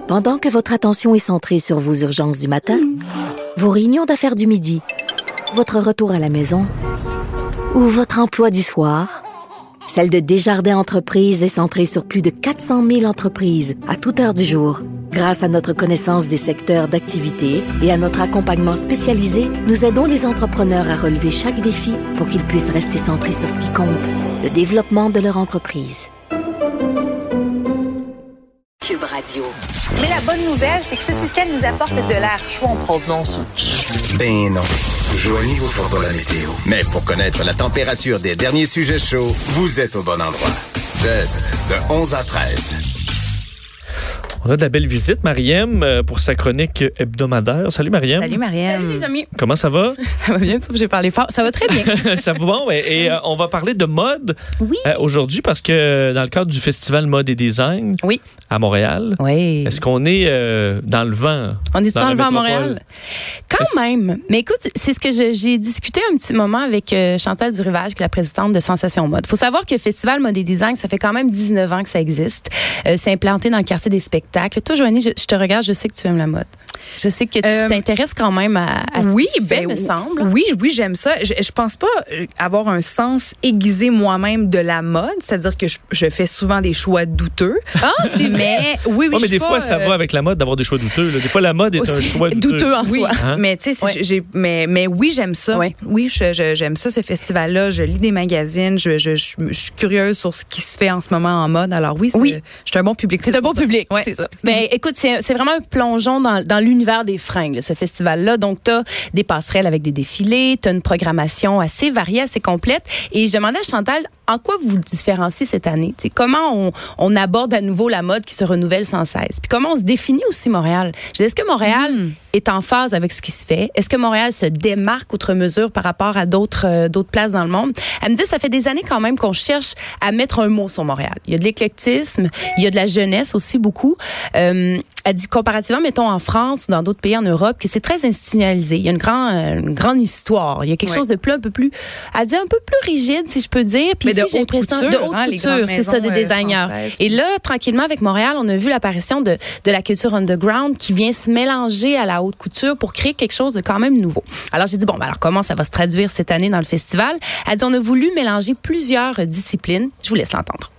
Pendant que votre attention est centrée sur vos urgences du matin, vos réunions d'affaires du midi, votre retour à la maison ou votre emploi du soir, celle de Desjardins Entreprises est centrée sur plus de 400 000 entreprises à toute heure du jour. Grâce à notre connaissance des secteurs d'activité et à notre accompagnement spécialisé, nous aidons les entrepreneurs à relever chaque défi pour qu'ils puissent rester centrés sur ce qui compte, le développement de leur entreprise. Cube Radio. Mais la bonne nouvelle, c'est que ce système nous apporte de l'air chaud en provenance. Ben non. Joignez vous fera pour la météo. Mais pour connaître la température des derniers sujets chauds, vous êtes au bon endroit. De 11 à 13. On a de la belle visite, Mariem, pour sa chronique hebdomadaire. Salut, Mariem. Salut, Mariem. Salut, les amis. Comment ça va? Ça va bien, j'ai parlé fort. Ça va très bien. Ça va bon, et on va parler de mode aujourd'hui parce que dans le cadre du Festival Mode et Design à Montréal, est-ce qu'on est dans le vent? On est dans le vent à Montréal? Quand même. Mais écoute, c'est ce que j'ai discuté un petit moment avec Chantal Durivage, qui est la présidente de Sensation Mode. Il faut savoir que Festival Mode et Design, ça fait quand même 19 ans que ça existe. C'est implanté dans le quartier des spectacles. Toi, Joanie, je te regarde, je sais que tu aimes la mode. Je sais que tu t'intéresses quand même à ce qui se fait, me semble. Oui, j'aime ça. Je pense pas avoir un sens aiguisé moi-même de la mode, c'est-à-dire que je fais souvent des choix douteux. Ah, c'est vrai. Oui, mais des fois, ça va avec la mode d'avoir des choix douteux. Là. Des fois, la mode est un choix douteux en soi. Hein? Mais tu sais, mais oui, j'aime ça. Ouais. Oui, j'aime ça, ce festival-là. Je lis des magazines. Je suis curieuse sur ce qui se fait en ce moment en mode. Alors oui, je suis un bon public. C'est un bon public, c'est ça. Ben, écoute, c'est vraiment un plongeon dans l'univers des fringues, là, ce festival-là. Donc, tu as des passerelles avec des défilés, tu as une programmation assez variée, assez complète. Et je demandais à Chantal, en quoi vous vous différenciez cette année? T'sais, comment on aborde à nouveau la mode qui se renouvelle sans cesse? Puis comment on se définit aussi Montréal? Est-ce que Montréal est en phase avec ce qui se fait? Est-ce que Montréal se démarque outre mesure par rapport à d'autres places dans le monde? Elle me dit, ça fait des années quand même qu'on cherche à mettre un mot sur Montréal. Il y a de l'éclectisme, il y a de la jeunesse aussi beaucoup. Elle dit comparativement, mettons, en France ou dans d'autres pays en Europe, que c'est très institutionnalisé. Il y a une grande histoire. Il y a quelque chose de plus, un peu plus, elle dit un peu plus rigide, si je peux dire. Puis mais j'ai l'impression de haute couture, c'est ça, des designers. Et là, tranquillement, avec Montréal, on a vu l'apparition de la culture underground qui vient se mélanger à la haute couture pour créer quelque chose de quand même nouveau. Alors, j'ai dit, alors comment ça va se traduire cette année dans le festival? Elle dit, on a voulu mélanger plusieurs disciplines. Je vous laisse l'entendre.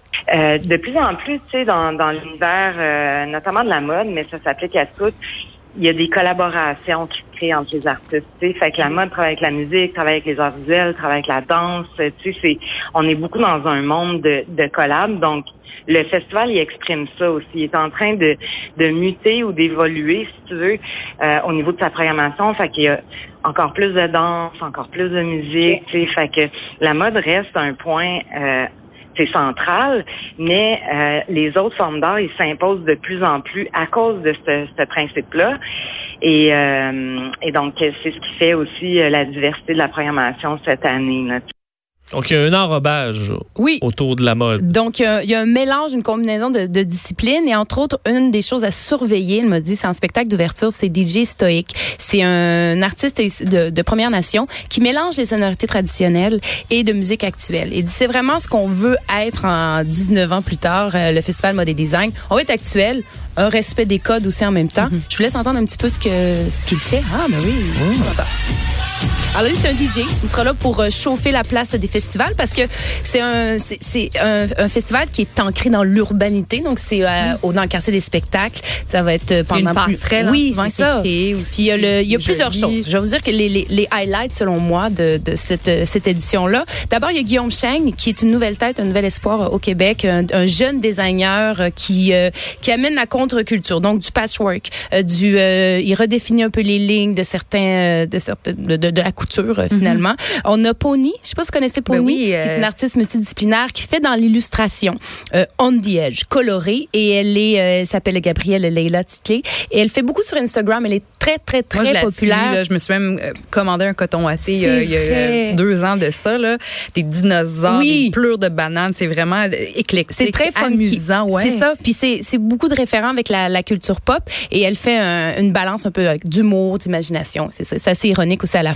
De plus en plus, tu sais, dans l'univers, notamment de la mode, mais ça s'applique à tout, il y a des collaborations qui se créent entre les artistes, tu sais. Fait que la mode travaille avec la musique, travaille avec les arts visuels, travaille avec la danse, tu sais, on est beaucoup dans un monde de collabs, donc le festival, il exprime ça aussi. Il est en train de muter ou d'évoluer, si tu veux, au niveau de sa programmation. Fait qu'il y a encore plus de danse, encore plus de musique, tu sais. Fait que la mode reste un point c'est central, mais les autres formes d'art, ils s'imposent de plus en plus à cause de ce principe-là. Et donc, c'est ce qui fait aussi la diversité de la programmation cette année, là. Donc, il y a un enrobage autour de la mode. Donc, il y a un mélange, une combinaison de disciplines. Et entre autres, une des choses à surveiller, elle m'a dit, c'est en spectacle d'ouverture, c'est DJ Stoic. C'est un artiste de Première Nation qui mélange les sonorités traditionnelles et de musique actuelle. Et c'est vraiment ce qu'on veut être en 19 ans plus tard, le Festival Mode et Design. On va être actuel, un respect des codes aussi en même temps. Je vous laisse entendre un petit peu ce qu'il fait. Ah, ben oui. Alors lui, c'est un DJ. Il sera là pour chauffer la place des festivals parce que c'est un festival qui est ancré dans l'urbanité. Donc, c'est dans le quartier des spectacles. Ça va être pendant une passerelle. Oui, c'est ça. Puis il y a plusieurs choses. Je vais vous dire que les highlights, selon moi, de cette édition-là. D'abord, il y a Guillaume Cheng, qui est une nouvelle tête, un nouvel espoir au Québec, un jeune designer qui amène la contre-culture. Donc, du patchwork, il redéfinit un peu les lignes de la couture, finalement. On a Pony. Je sais pas si vous connaissez Pony, qui est une artiste multidisciplinaire qui fait dans l'illustration on the edge, colorée. Et elle s'appelle Gabrielle Leila Titley. Et elle fait beaucoup sur Instagram. Elle est très, très, très populaire. Suis, là, je me suis même commandé un coton à thé il y a 2 ans de ça. Là. Des dinosaures, des pleurs de bananes. C'est vraiment éclectique. C'est très amusant. Ouais. C'est ça. Puis c'est beaucoup de référents avec la culture pop. Et elle fait une balance un peu avec d'humour, d'imagination. C'est assez ironique aussi à la fois.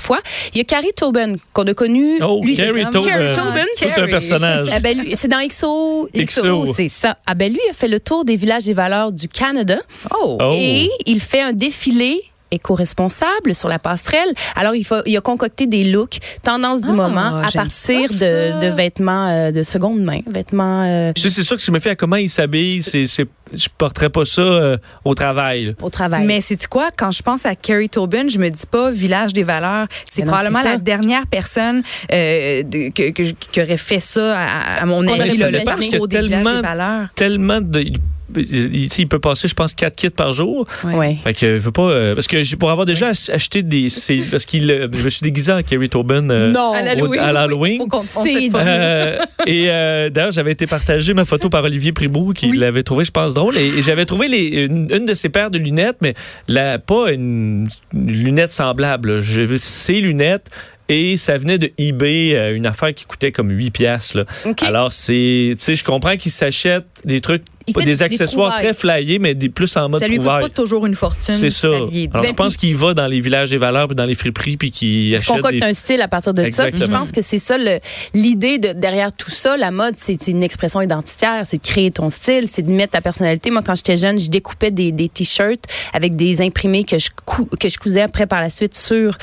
fois. Il y a Carrie Tobin, qu'on a connu. Oh, Carrie Tobin. C'est un personnage. Lui, c'est dans XO, c'est ça. Lui, il a fait le tour des villages et valeurs du Canada. Et il fait un défilé éco-responsable sur la passerelle. Alors, il a concocté des looks tendance du moment à partir de vêtements de seconde main. C'est sûr que si je me fie à comment il s'habille, je porterais pas ça au travail. Au travail. Mais sais-tu quoi? Quand je pense à Carrie Tobin, je me dis pas Village des valeurs. C'est probablement la dernière personne qui aurait fait ça à mon avis. Parce qu'il y a tellement de... Il peut passer, je pense, 4 kits par jour. Ouais. Fait que je veux pas. Parce que pour avoir déjà acheté des. Parce que je me suis déguisé en Carrie Tobin à l'Halloween. Et d'ailleurs, j'avais été partagé ma photo par Olivier Priboux, qui l'avait trouvé, je pense, drôle. Et j'avais trouvé une de ses paires de lunettes, mais pas une lunette semblable. J'ai vu ses lunettes. Et ça venait de eBay, une affaire qui coûtait comme 8 piastres. Là. Okay. Alors, je comprends qu'ils s'achètent des trucs, des accessoires très flyés, mais plus en mode trouvaille. Ça lui coûte pas toujours une fortune. C'est ça. Alors, je pense qu'il va dans les villages des valeurs puis dans les friperies puis qu'il achète concocte un style à partir de ça. Je pense que c'est ça l'idée derrière tout ça. La mode, c'est une expression identitaire. C'est de créer ton style, c'est de mettre ta personnalité. Moi, quand j'étais jeune, je découpais des t-shirts avec des imprimés que je cousais après par la suite sur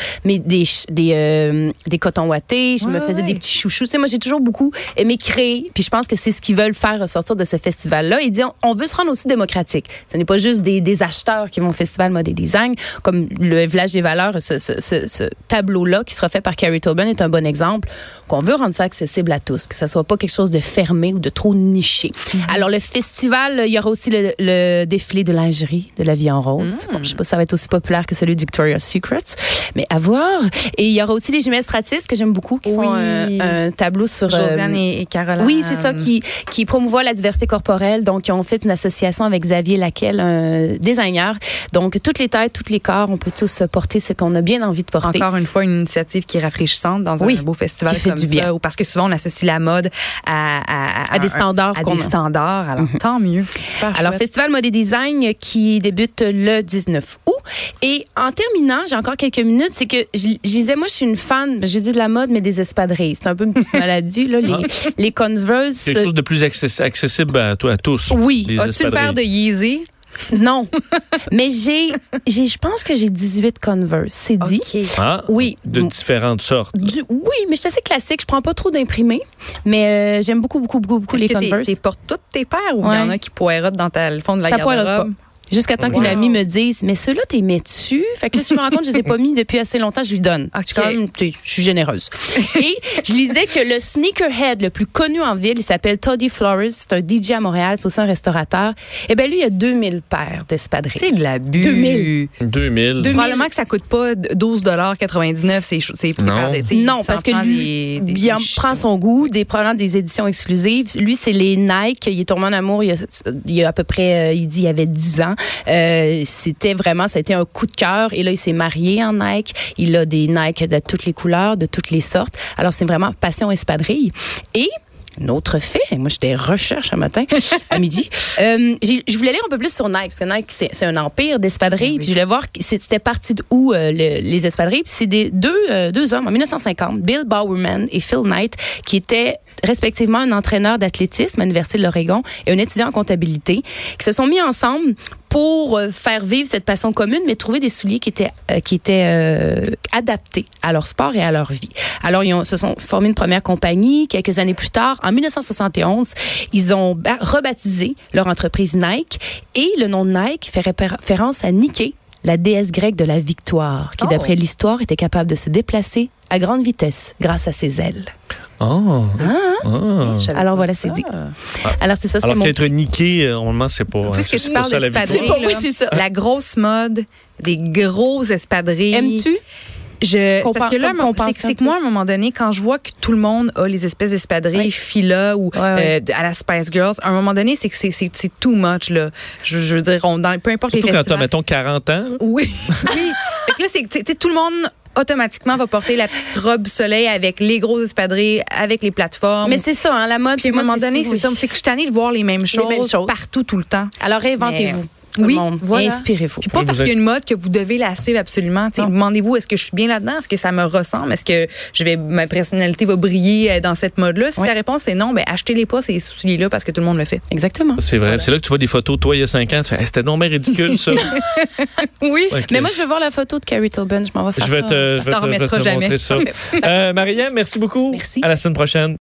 des cotons ouatés. Je me faisais des petits chouchous. Tu sais, moi, j'ai toujours beaucoup aimé créer. Puis je pense que c'est ce qu'ils veulent faire ressortir de ce festival-là. Ils disent, on veut se rendre aussi démocratique. Ce n'est pas juste des acheteurs qui vont au Festival Mode et Design. Comme le Village des valeurs, ce tableau-là qui sera fait par Carrie Tobin est un bon exemple. Qu'on veut rendre ça accessible à tous, que ça soit pas quelque chose de fermé ou de trop niché. Alors, le festival, il y aura aussi le défilé de lingerie de la vie en rose. Bon, je sais pas si ça va être aussi populaire que celui de Victoria's Secret, mais à voir. Et il y aura aussi les jumelles Stratis, que j'aime beaucoup, qui font un tableau sur... Josiane et Caroline. Oui, c'est ça, qui promouvoit la diversité corporelle. Donc, ils ont fait une association avec Xavier Laquelle, un designer. Donc, toutes les tailles, tous les corps, on peut tous porter ce qu'on a bien envie de porter. Encore une fois, une initiative qui est rafraîchissante dans un beau festival comme du bien. Parce que souvent, on associe la mode à des standards. Alors, tant mieux. C'est super chouette. Alors, Festival Mode et Design qui débute le 19 août. Et en terminant, j'ai encore quelques minutes, c'est que je disais, moi, je suis une fan, j'ai dit de la mode, mais des espadrilles. C'est un peu une petite maladie, là, les Converse. Quelque chose de plus accessible à tous. Oui. As-tu une paire de Yeezy? Non. Mais je pense que j'ai 18 Converse. C'est dit. Okay. Ah, oui. De différentes sortes. Oui, mais je suis assez classique. Je prends pas trop d'imprimés. Mais j'aime beaucoup les Converse. Tu portes toutes tes paires ou il y en a qui poireautent dans le fond de la garde-robe? Ça poirerote pas. Jusqu'à temps qu'une amie me dise, mais ceux-là, t'es mets-tu? Fait que là, si je me rends compte que je les ai pas mis depuis assez longtemps, je lui donne. Je suis généreuse. Et je lisais que le sneakerhead le plus connu en ville, il s'appelle Toddy Flores. C'est un DJ à Montréal, c'est aussi un restaurateur. Eh bien, lui, il y a 2000 paires d'espadrilles. C'est de l'abus. 2000. Probablement que ça coûte pas $12,99. Non, parce que lui, il prend son goût, probablement des éditions exclusives. Lui, c'est les Nike. Il est tombé en amour il y a à peu près, il dit, il y avait 10 ans. C'était vraiment, ça a été un coup de cœur. Et là, il s'est marié en Nike. Il a des Nike de toutes les couleurs, de toutes les sortes. Alors, c'est vraiment passion espadrille. Et un autre fait, moi j'étais recherche un matin à midi. Je voulais lire un peu plus sur Nike, parce que Nike c'est un empire d'espadrilles. Oui. Puis je voulais voir c'était parti d'où les espadrilles. Puis c'est deux hommes en 1950, Bill Bowerman et Phil Knight, qui étaient respectivement un entraîneur d'athlétisme à l'Université de l'Oregon et un étudiant en comptabilité, qui se sont mis ensemble pour faire vivre cette passion commune, mais trouver des souliers qui étaient adaptés à leur sport et à leur vie. Alors, ils se sont formés une première compagnie. Quelques années plus tard, en 1971, ils ont rebaptisé leur entreprise Nike. Et le nom de Nike fait référence à Nike, la déesse grecque de la victoire, qui, d'après l'histoire, était capable de se déplacer à grande vitesse grâce à ses ailes. Alors voilà, c'est dit. Alors c'est ça, c'est mon qu'être niqué, normalement, c'est pas. Puisque tu parles d'espadrilles, c'est ça. La grosse mode des gros espadrilles. Aimes-tu? Parce que là, c'est que moi, à un moment donné, quand je vois que tout le monde a les espèces d'espadrilles Fila ou à la Spice Girls, à un moment donné, c'est que c'est too much, là. Je veux dire, peu importe surtout les festivals. Surtout quand t'as, mettons, 40 ans. Là. Oui. Fait que là, c'est tout le monde automatiquement va porter la petite robe soleil avec les grosses espadrilles, avec les plateformes. Mais c'est ça, hein, la mode. Puis à un moment donné, c'est ça. C'est que je suis tannée de voir les mêmes choses partout, tout le temps. Alors réinventez-vous. tout le monde. Voilà. Inspirez-vous. Puis pas parce qu'il y a une mode que vous devez la suivre absolument. Demandez-vous, est-ce que je suis bien là-dedans? Est-ce que ça me ressemble? Est-ce que ma personnalité va briller dans cette mode-là? Si la réponse est non, achetez-les pas ces souliers-là parce que tout le monde le fait. Exactement. C'est vrai. Voilà. C'est là que tu vois des photos de toi il y a 5 ans. Tu fais, c'était non mais ridicule, ça. Oui. Okay. Mais moi, je veux voir la photo de Carrie Tobin. Je m'en vais faire ça. Je vais te montrer ça. Marie-Ève, merci beaucoup. Merci. À la semaine prochaine.